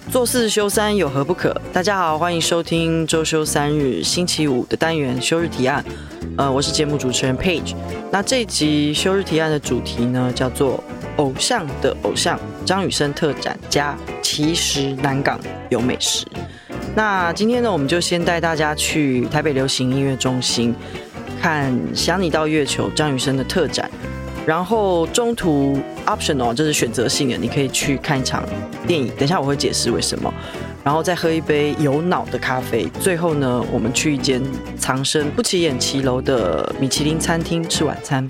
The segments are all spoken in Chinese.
做四休三有何不可？大家好，欢迎收听周休三日星期五的单元休日提案。我是节目主持人 Paige。那这一集休日提案的主题呢，叫做偶像的偶像张雨生特展加其实南港有美食。那今天呢，我们就先带大家去台北流行音乐中心看《想你到月球》张雨生的特展。然后中途 optional 就是选择性的，你可以去看一场电影，等一下我会解释为什么，然后再喝一杯有脑的咖啡。最后呢，我们去一间藏身不起眼骑楼的米其林餐厅吃晚餐。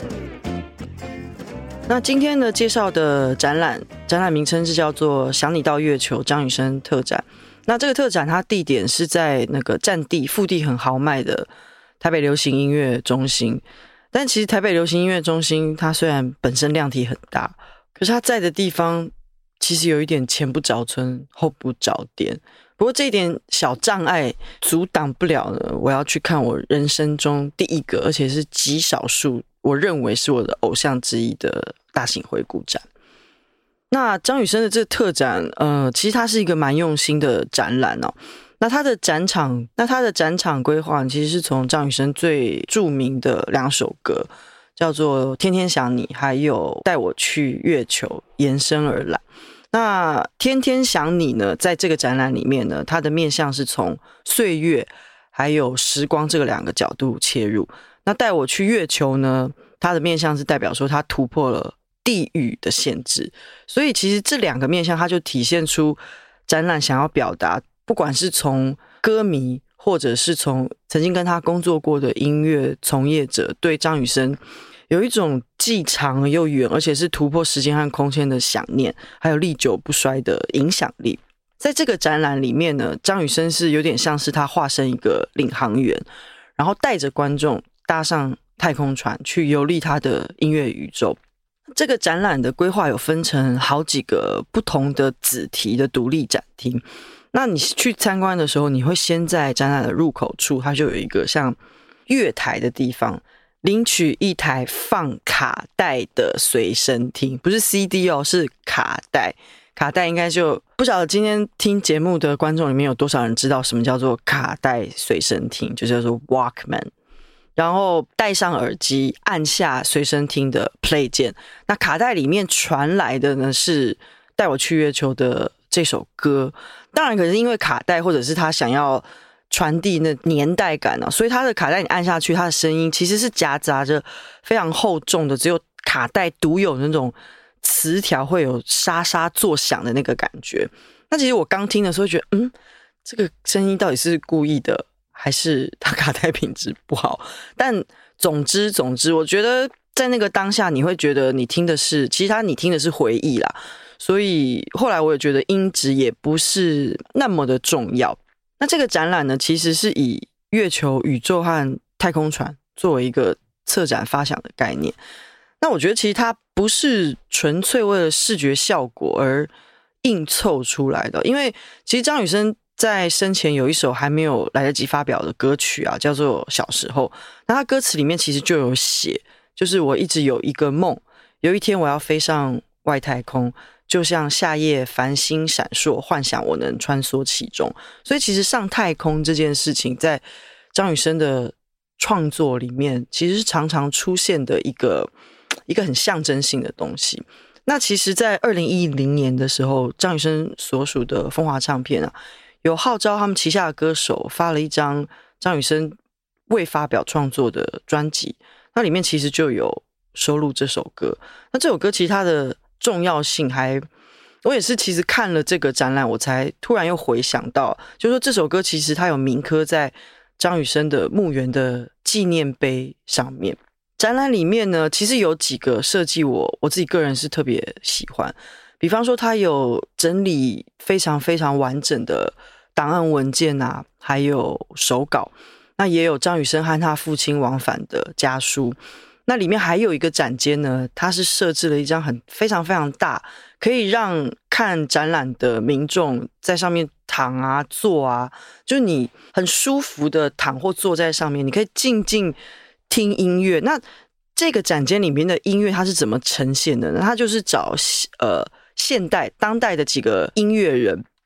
那今天呢介绍的展览名称是叫做《想你到月球》张雨生特展。那这个特展它地点是在那个占地腹地很豪迈的台北流行音乐中心。但其实台北流行音乐中心它虽然本身量体很大，可是它在的地方其实有一点前不着村后不着店。不过这一点小障碍阻挡不了呢我要去看我人生中第一个，而且是极少数我认为是我的偶像之一的大型回顾展。那张雨生的这个特展其实它是一个蛮用心的展览哦。那他的展场规划其实是从张雨生最著名的两首歌叫做《天天想你》还有《带我去月球》延伸而来。那《天天想你》呢，在这个展览里面呢，它的面向是从岁月还有时光这个两个角度切入。那《带我去月球》呢，它的面向是代表说它突破了地域的限制。所以其实这两个面向它就体现出展览想要表达，不管是从歌迷或者是从曾经跟他工作过的音乐从业者，对张雨生有一种既长又远，而且是突破时间和空间的想念，还有历久不衰的影响力。在这个展览里面呢，张雨生是有点像是他化身一个领航员，然后带着观众搭上太空船去游历他的音乐宇宙。这个展览的规划有分成好几个不同的子题的独立展厅。那你去参观的时候，你会先在展览的入口处，它就有一个像月台的地方，领取一台放卡带的随身听，不是 CD 哦，是卡带。卡带应该就不晓得今天听节目的观众里面有多少人知道什么叫做卡带随身听，就叫做 Walkman。然后戴上耳机，按下随身听的 play 键。那卡带里面传来的呢是《带我去月球》的这首歌。当然可是因为卡带或者是他想要传递那年代感啊，所以他的卡带你按下去，他的声音其实是夹杂着非常厚重的，只有卡带独有的那种磁条会有沙沙作响的那个感觉。那其实我刚听的时候觉得这个声音到底是故意的还是他卡带品质不好？但总之我觉得在那个当下你会觉得你听的是，其实你听的是回忆啦。所以后来我也觉得音质也不是那么的重要。那这个展览呢，其实是以月球、宇宙和太空船作为一个策展发想的概念。那我觉得其实它不是纯粹为了视觉效果而硬凑出来的，因为其实张雨生在生前有一首还没有来得及发表的歌曲啊，叫做《小时候》。那他歌词里面其实就有写，就是我一直有一个梦，有一天我要飞上外太空，就像夏夜繁星闪烁，幻想我能穿梭其中。所以其实上太空这件事情在张雨生的创作里面其实是常常出现的一个很象征性的东西。那其实在2010年的时候，张雨生所属的风华唱片啊，有号召他们旗下的歌手发了一张张雨生未发表创作的专辑，那里面其实就有收录这首歌。那这首歌其实它的重要性我也是其实看了这个展览我才突然又回想到，就是说这首歌其实它有铭刻在张雨生的墓园的纪念碑上面。展览里面呢，其实有几个设计我自己个人是特别喜欢，比方说它有整理非常非常完整的档案文件啊，还有手稿，那也有张雨生和他父亲往返的家书。那里面还有一个展间呢，它是设置了一张非常非常大，可以让看展览的民众在上面躺啊坐啊，就是你很舒服的躺或坐在上面，你可以静静听音乐。那这个展间里面的音乐它是怎么呈现的呢？它就是找现代当代的几个音乐人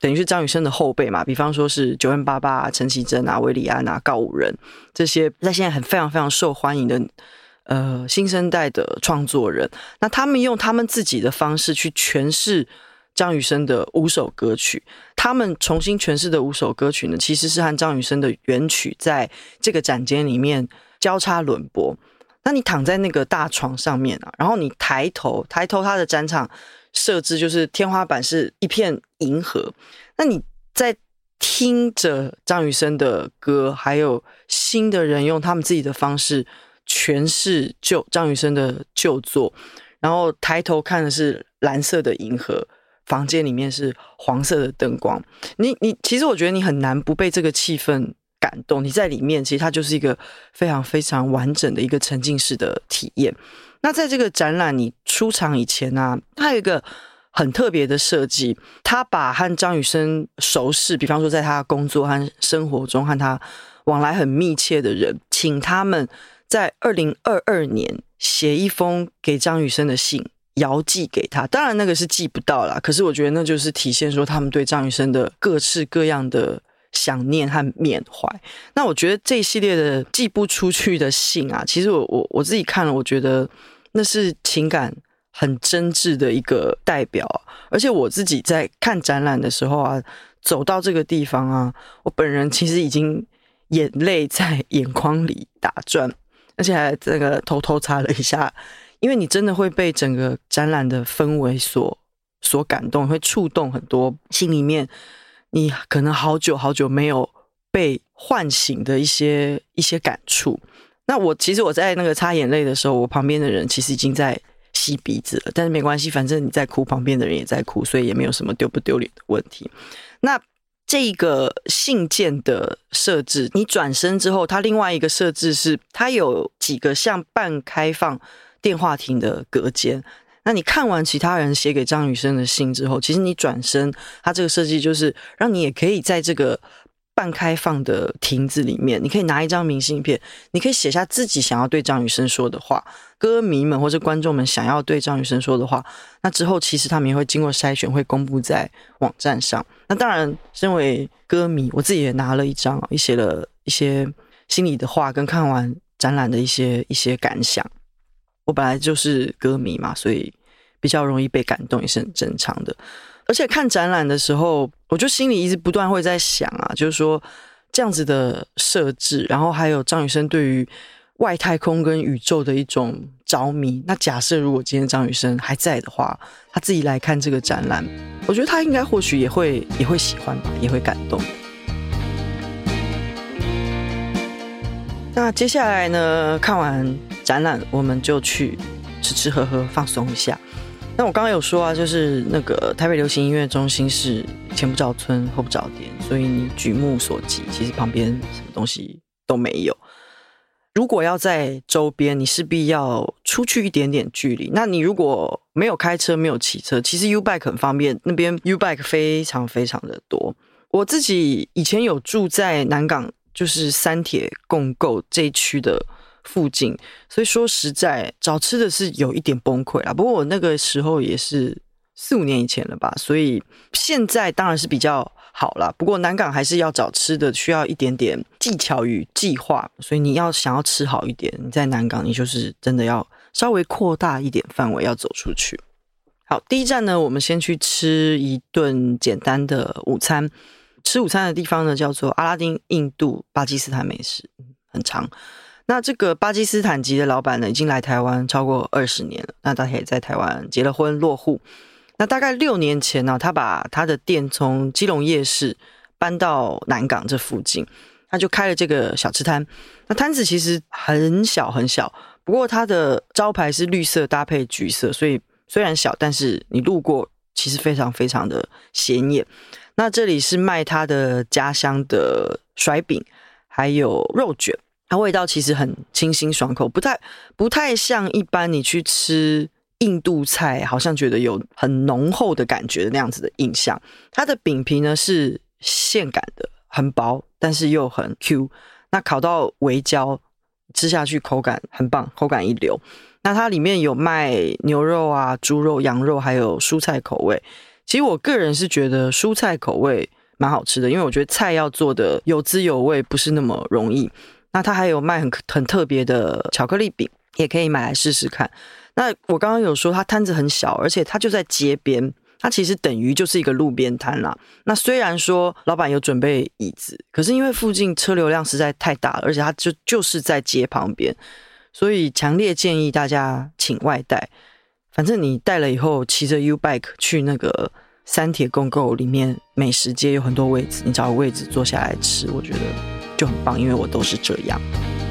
等于是张雨生的后辈嘛，比方说是9m88啊、陈绮贞啊、韦礼安啊、告五人这些在现在非常非常受欢迎的新生代的创作人，那他们用他们自己的方式去诠释张雨生的5首歌曲，他们重新诠释的5首歌曲呢，其实是和张雨生的原曲在这个展间里面交叉轮播。那你躺在那个大床上面啊，然后你抬头他的展场设置就是天花板是一片银河，那你在听着张雨生的歌，还有新的人用他们自己的方式诠释张雨生的旧作，然后抬头看的是蓝色的银河，房间里面是黄色的灯光，你其实我觉得你很难不被这个气氛感动，你在里面其实它就是一个非常非常完整的一个沉浸式的体验。那在这个展览你出场以前啊，它有一个很特别的设计，他把和张雨生熟识，比方说在他工作和生活中和他往来很密切的人，请他们在2022年写一封给张雨生的信，遥寄给他。当然那个是寄不到啦，可是我觉得那就是体现说他们对张雨生的各式各样的想念和缅怀。那我觉得这一系列的寄不出去的信啊，其实我自己看了，我觉得那是情感很真挚的一个代表啊。而且我自己在看展览的时候啊，走到这个地方啊，我本人其实已经眼泪在眼眶里打转，而且还这个偷偷擦了一下，因为你真的会被整个展览的氛围所感动，会触动很多心里面你可能好久好久没有被唤醒的一些感触。那其实我在那个擦眼泪的时候，我旁边的人其实已经在吸鼻子了，但是没关系，反正你在哭，旁边的人也在哭，所以也没有什么丢不丢脸的问题。那这个信件的设置，你转身之后，它另外一个设置是它有几个像半开放电话亭的隔间。那你看完其他人写给张雨生的信之后，其实你转身，它这个设计就是让你也可以在这个半开放的亭子里面，你可以拿一张明信片，你可以写下自己想要对张雨生说的话，歌迷们或者观众们想要对张雨生说的话，那之后其实他们也会经过筛选，会公布在网站上。那当然身为歌迷，我自己也拿了一张，也写了一些心里的话跟看完展览的一些感想。我本来就是歌迷嘛，所以比较容易被感动也是很正常的。而且看展览的时候，我就心里一直不断会在想啊，就是说这样子的设置，然后还有张雨生对于外太空跟宇宙的一种着迷。那假设如果今天张雨生还在的话，他自己来看这个展览，我觉得他应该或许也会喜欢吧，也会感动。那接下来呢，看完展览我们就去吃喝喝放松一下。那我刚刚有说啊，就是那个台北流行音乐中心是前不着村后不着店，所以你举目所及，其实旁边什么东西都没有。如果要在周边，你势必要出去一点点距离。那你如果没有开车没有骑车，其实 U-Bike 很方便，那边 U-Bike 非常非常的多。我自己以前有住在南港，就是三铁共构这一区的附近，所以说实在找吃的是有一点崩溃啦。不过我那个时候也是4-5年以前了吧，所以现在当然是比较好啦。不过南港还是要找吃的，需要一点点技巧与计划，所以你要想要吃好一点，你在南港你就是真的要稍微扩大一点范围，要走出去。好，第一站呢，我们先去吃一顿简单的午餐。吃午餐的地方呢，叫做阿拉丁印度巴基斯坦美食，很长。那这个巴基斯坦籍的老板呢，已经来台湾超过20年了。那他也在台湾结了婚落户。那大概6年前呢，他把他的店从基隆夜市搬到南港这附近，他就开了这个小吃摊。那摊子其实很小很小，不过他的招牌是绿色搭配橘色，所以虽然小，但是你路过其实非常非常的显眼。那这里是卖他的家乡的甩饼，还有肉卷，它味道其实很清新爽口，不太像一般你去吃印度菜，好像觉得有很浓厚的感觉的那样子的印象。它的饼皮呢是线感的，很薄，但是又很 Q。那烤到微焦，吃下去口感很棒，口感一流。那它里面有卖牛肉啊、猪肉、羊肉，还有蔬菜口味。 其实我个人是觉得蔬菜口味蛮好吃的，因为我觉得菜要做的有滋有味不是那么容易。那它还有卖很特别的巧克力饼，也可以买来试试看。那我刚刚有说它摊子很小，而且它就在街边，它其实等于就是一个路边摊啦。那虽然说老板有准备椅子，可是因为附近车流量实在太大了，而且它就是在街旁边，所以强烈建议大家请外带。反正你带了以后，骑着 U-Bike 去那个三铁共购里面美食街有很多位置，你找个位置坐下来吃，我觉得就很棒，因为我都是这样。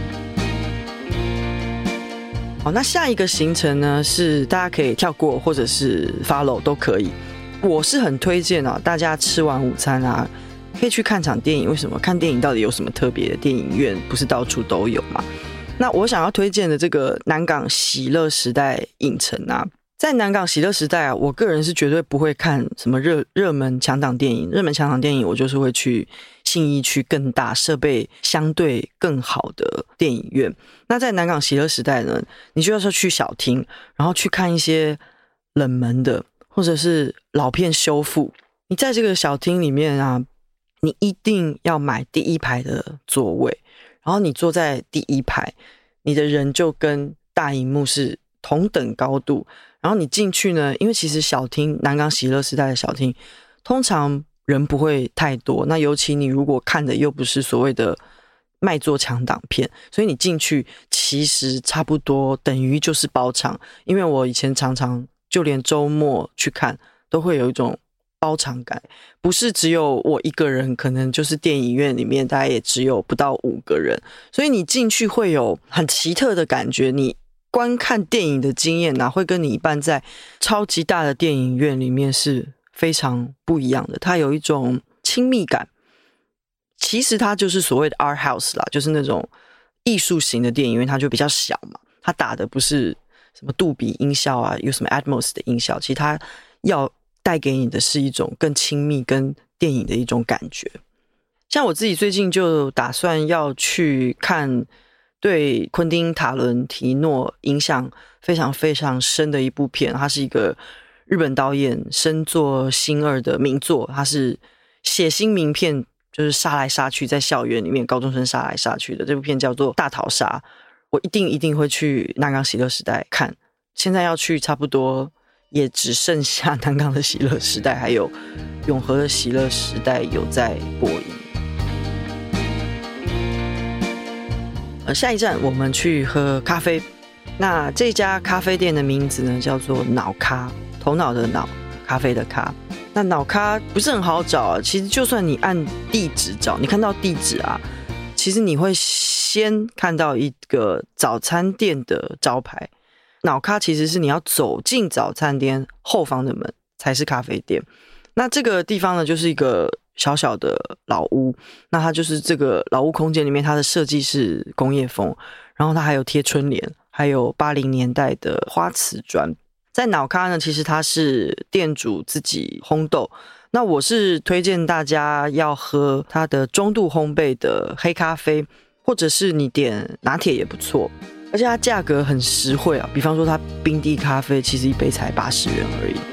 好，那下一个行程呢是大家可以跳过或者是 follow 都可以。我是很推荐大家吃完午餐可以去看场电影。为什么？看电影到底有什么特别的？电影院不是到处都有吗？那我想要推荐的这个南港喜乐时代影城在南港喜乐时代我个人是绝对不会看什么热门强档电影。热门强档电影我就是会去信义区更大、设备相对更好的电影院。那在南港喜乐时代呢，你就要去小厅，然后去看一些冷门的或者是老片修复。你在这个小厅里面你一定要买第一排的座位，然后你坐在第一排，你的人就跟大荧幕是同等高度。然后你进去呢，因为其实小厅，南港喜乐时代的小厅通常人不会太多，那尤其你如果看的又不是所谓的卖座强档片，所以你进去其实差不多等于就是包场。因为我以前常常就连周末去看都会有一种包场感，不是只有我一个人，可能就是电影院里面大概也只有不到5个人，所以你进去会有很奇特的感觉。你观看电影的经验会跟你一般在超级大的电影院里面是非常不一样的。它有一种亲密感，其实它就是所谓的 art house 啦，就是那种艺术型的电影院，它就比较小嘛，它打的不是什么杜比音效有什么 Atmos 的音效，其实它要带给你的是一种更亲密跟电影的一种感觉。像我自己最近就打算要去看对昆汀塔伦提诺影响非常非常深的一部片，它是一个日本导演深作新二的名作，它是血腥名片，就是杀来杀去，在校园里面高中生杀来杀去的。这部片叫做《大逃杀》，我一定会去南港喜乐时代看。现在要去差不多也只剩下南港的喜乐时代还有永和的喜乐时代有在播映。下一站我们去喝咖啡。那这家咖啡店的名字呢叫做脑咖，头脑的脑，咖啡的咖。那脑咖不是很好找其实就算你按地址找，你看到地址其实你会先看到一个早餐店的招牌。脑咖其实是你要走进早餐店后方的门才是咖啡店。那这个地方呢就是一个小小的老屋，那它就是这个老屋空间里面，它的设计是工业风，然后它还有贴春联，还有80年代的花瓷砖。在脑咖呢，其实它是店主自己烘豆，那我是推荐大家要喝它的中度烘焙的黑咖啡，或者是你点拿铁也不错，而且它价格很实惠比方说它冰滴咖啡其实一杯才80元而已。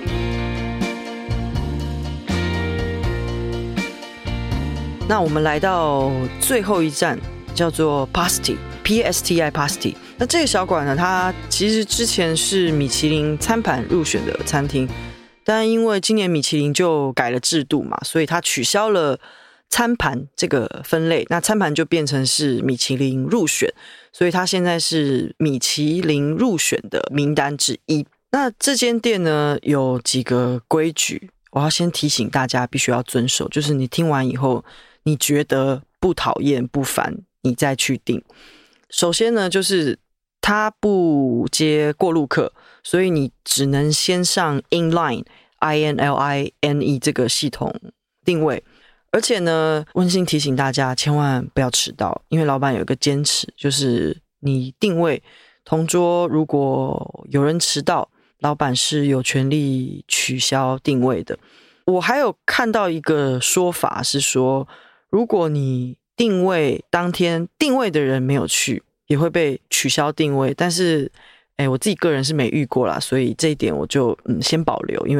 那我们来到最后一站叫做 Pasti PSTI Pasti。 那这个小馆呢，它其实之前是米其林餐盘入选的餐厅，但因为今年米其林就改了制度嘛，所以它取消了餐盘这个分类，那餐盘就变成是米其林入选，所以它现在是米其林入选的名单之一。那这间店呢有几个规矩，我要先提醒大家必须要遵守，就是你听完以后你觉得不讨厌不烦，你再去订。首先呢，就是它不接过路客，所以你只能先上 Inline INLINE 这个系统定位。而且呢，温馨提醒大家千万不要迟到，因为老板有一个坚持，就是你定位同桌如果有人迟到，老板是有权利取消定位的。我还有看到一个说法是说，如果你定位当天定位的人没有去，也会被取消定位。但是我自己个人是没遇过啦，所以这一点我就先保留，因为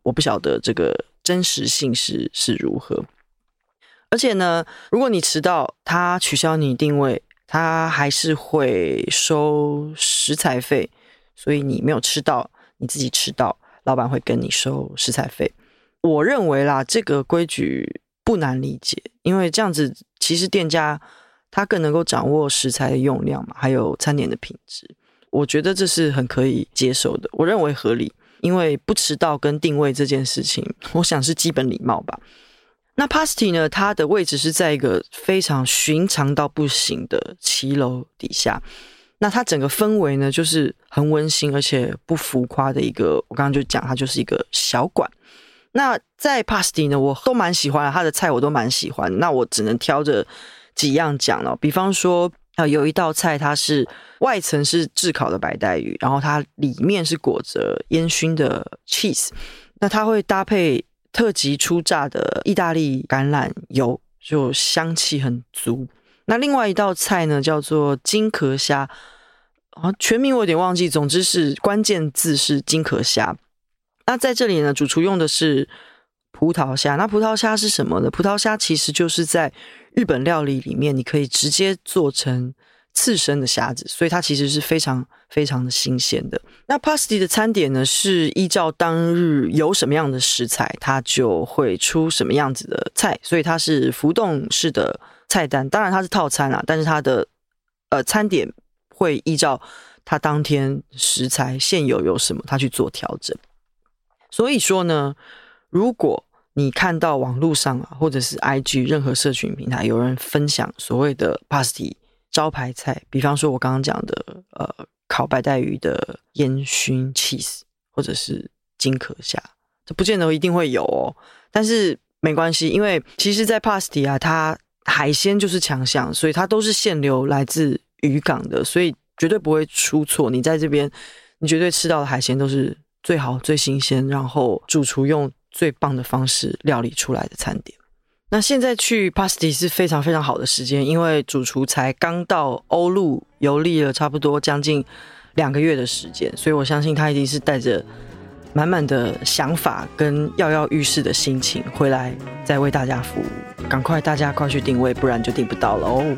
我不晓得这个真实性是如何。而且呢，如果你迟到，他取消你定位，他还是会收食材费，所以你没有吃到，你自己吃到，老板会跟你收食材费。我认为啦，这个规矩不难理解，因为这样子其实店家他更能够掌握食材的用量嘛，还有餐点的品质，我觉得这是很可以接受的，我认为合理，因为不迟到跟定位这件事情，我想是基本礼貌吧。那 Pasty 呢，它的位置是在一个非常寻常到不行的骑楼底下，那它整个氛围呢就是很温馨而且不浮夸的一个，我刚刚就讲它就是一个小馆。那在 Pasty 呢，我都蛮喜欢的，它的菜我都蛮喜欢，那我只能挑着几样讲了。比方说有一道菜，它是外层是炙烤的白带鱼，然后它里面是裹着烟熏的 cheese， 那它会搭配特级初榨的意大利橄榄油，就香气很足。那另外一道菜呢，叫做金壳虾，全名我有点忘记，总之是关键字是金壳虾。那在这里呢，主厨用的是葡萄虾。那葡萄虾是什么呢？葡萄虾其实就是在日本料理里面，你可以直接做成刺身的虾子，所以它其实是非常非常的新鲜的。那 Pasty 的餐点呢，是依照当日有什么样的食材，它就会出什么样子的菜，所以它是浮动式的菜单。当然它是套餐啦，但是它的餐点会依照它当天食材现有什么，它去做调整。所以说呢，如果你看到网络上或者是 IG 任何社群平台有人分享所谓的 Pasty 招牌菜，比方说我刚刚讲的烤白带鱼的烟熏 cheese 或者是金壳虾，这不见得一定会有哦，但是没关系，因为其实在 Pasty 它海鲜就是强项，所以它都是现流来自渔港的，所以绝对不会出错。你在这边你绝对吃到的海鲜都是最好最新鲜，然后主厨用最棒的方式料理出来的餐点。那现在去 Pasty 是非常非常好的时间，因为主厨才刚到欧陆游历了差不多将近2个月的时间，所以我相信他一定是带着满满的想法跟跃跃欲试的心情回来再为大家服务。赶快大家快去定位，不然就订不到了哦。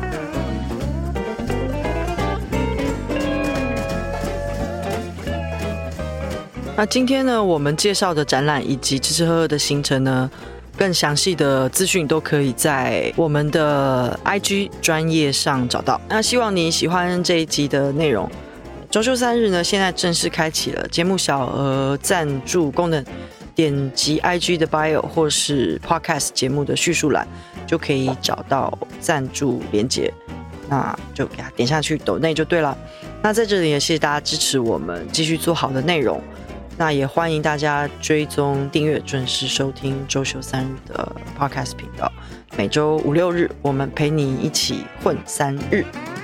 那今天呢，我们介绍的展览以及吃吃喝喝的行程呢，更详细的资讯都可以在我们的 IG 专页上找到。那希望你喜欢这一集的内容。周休3日呢，现在正式开启了节目小额赞助功能，点击 IG 的 bio 或是 podcast 节目的叙述栏，就可以找到赞助连结，那就给它点下去，抖内就对了。那在这里也谢谢大家支持我们继续做好的内容。那也欢迎大家追踪订阅，准时收听周休3日的 podcast 频道。每周5、6日，我们陪你一起混3日。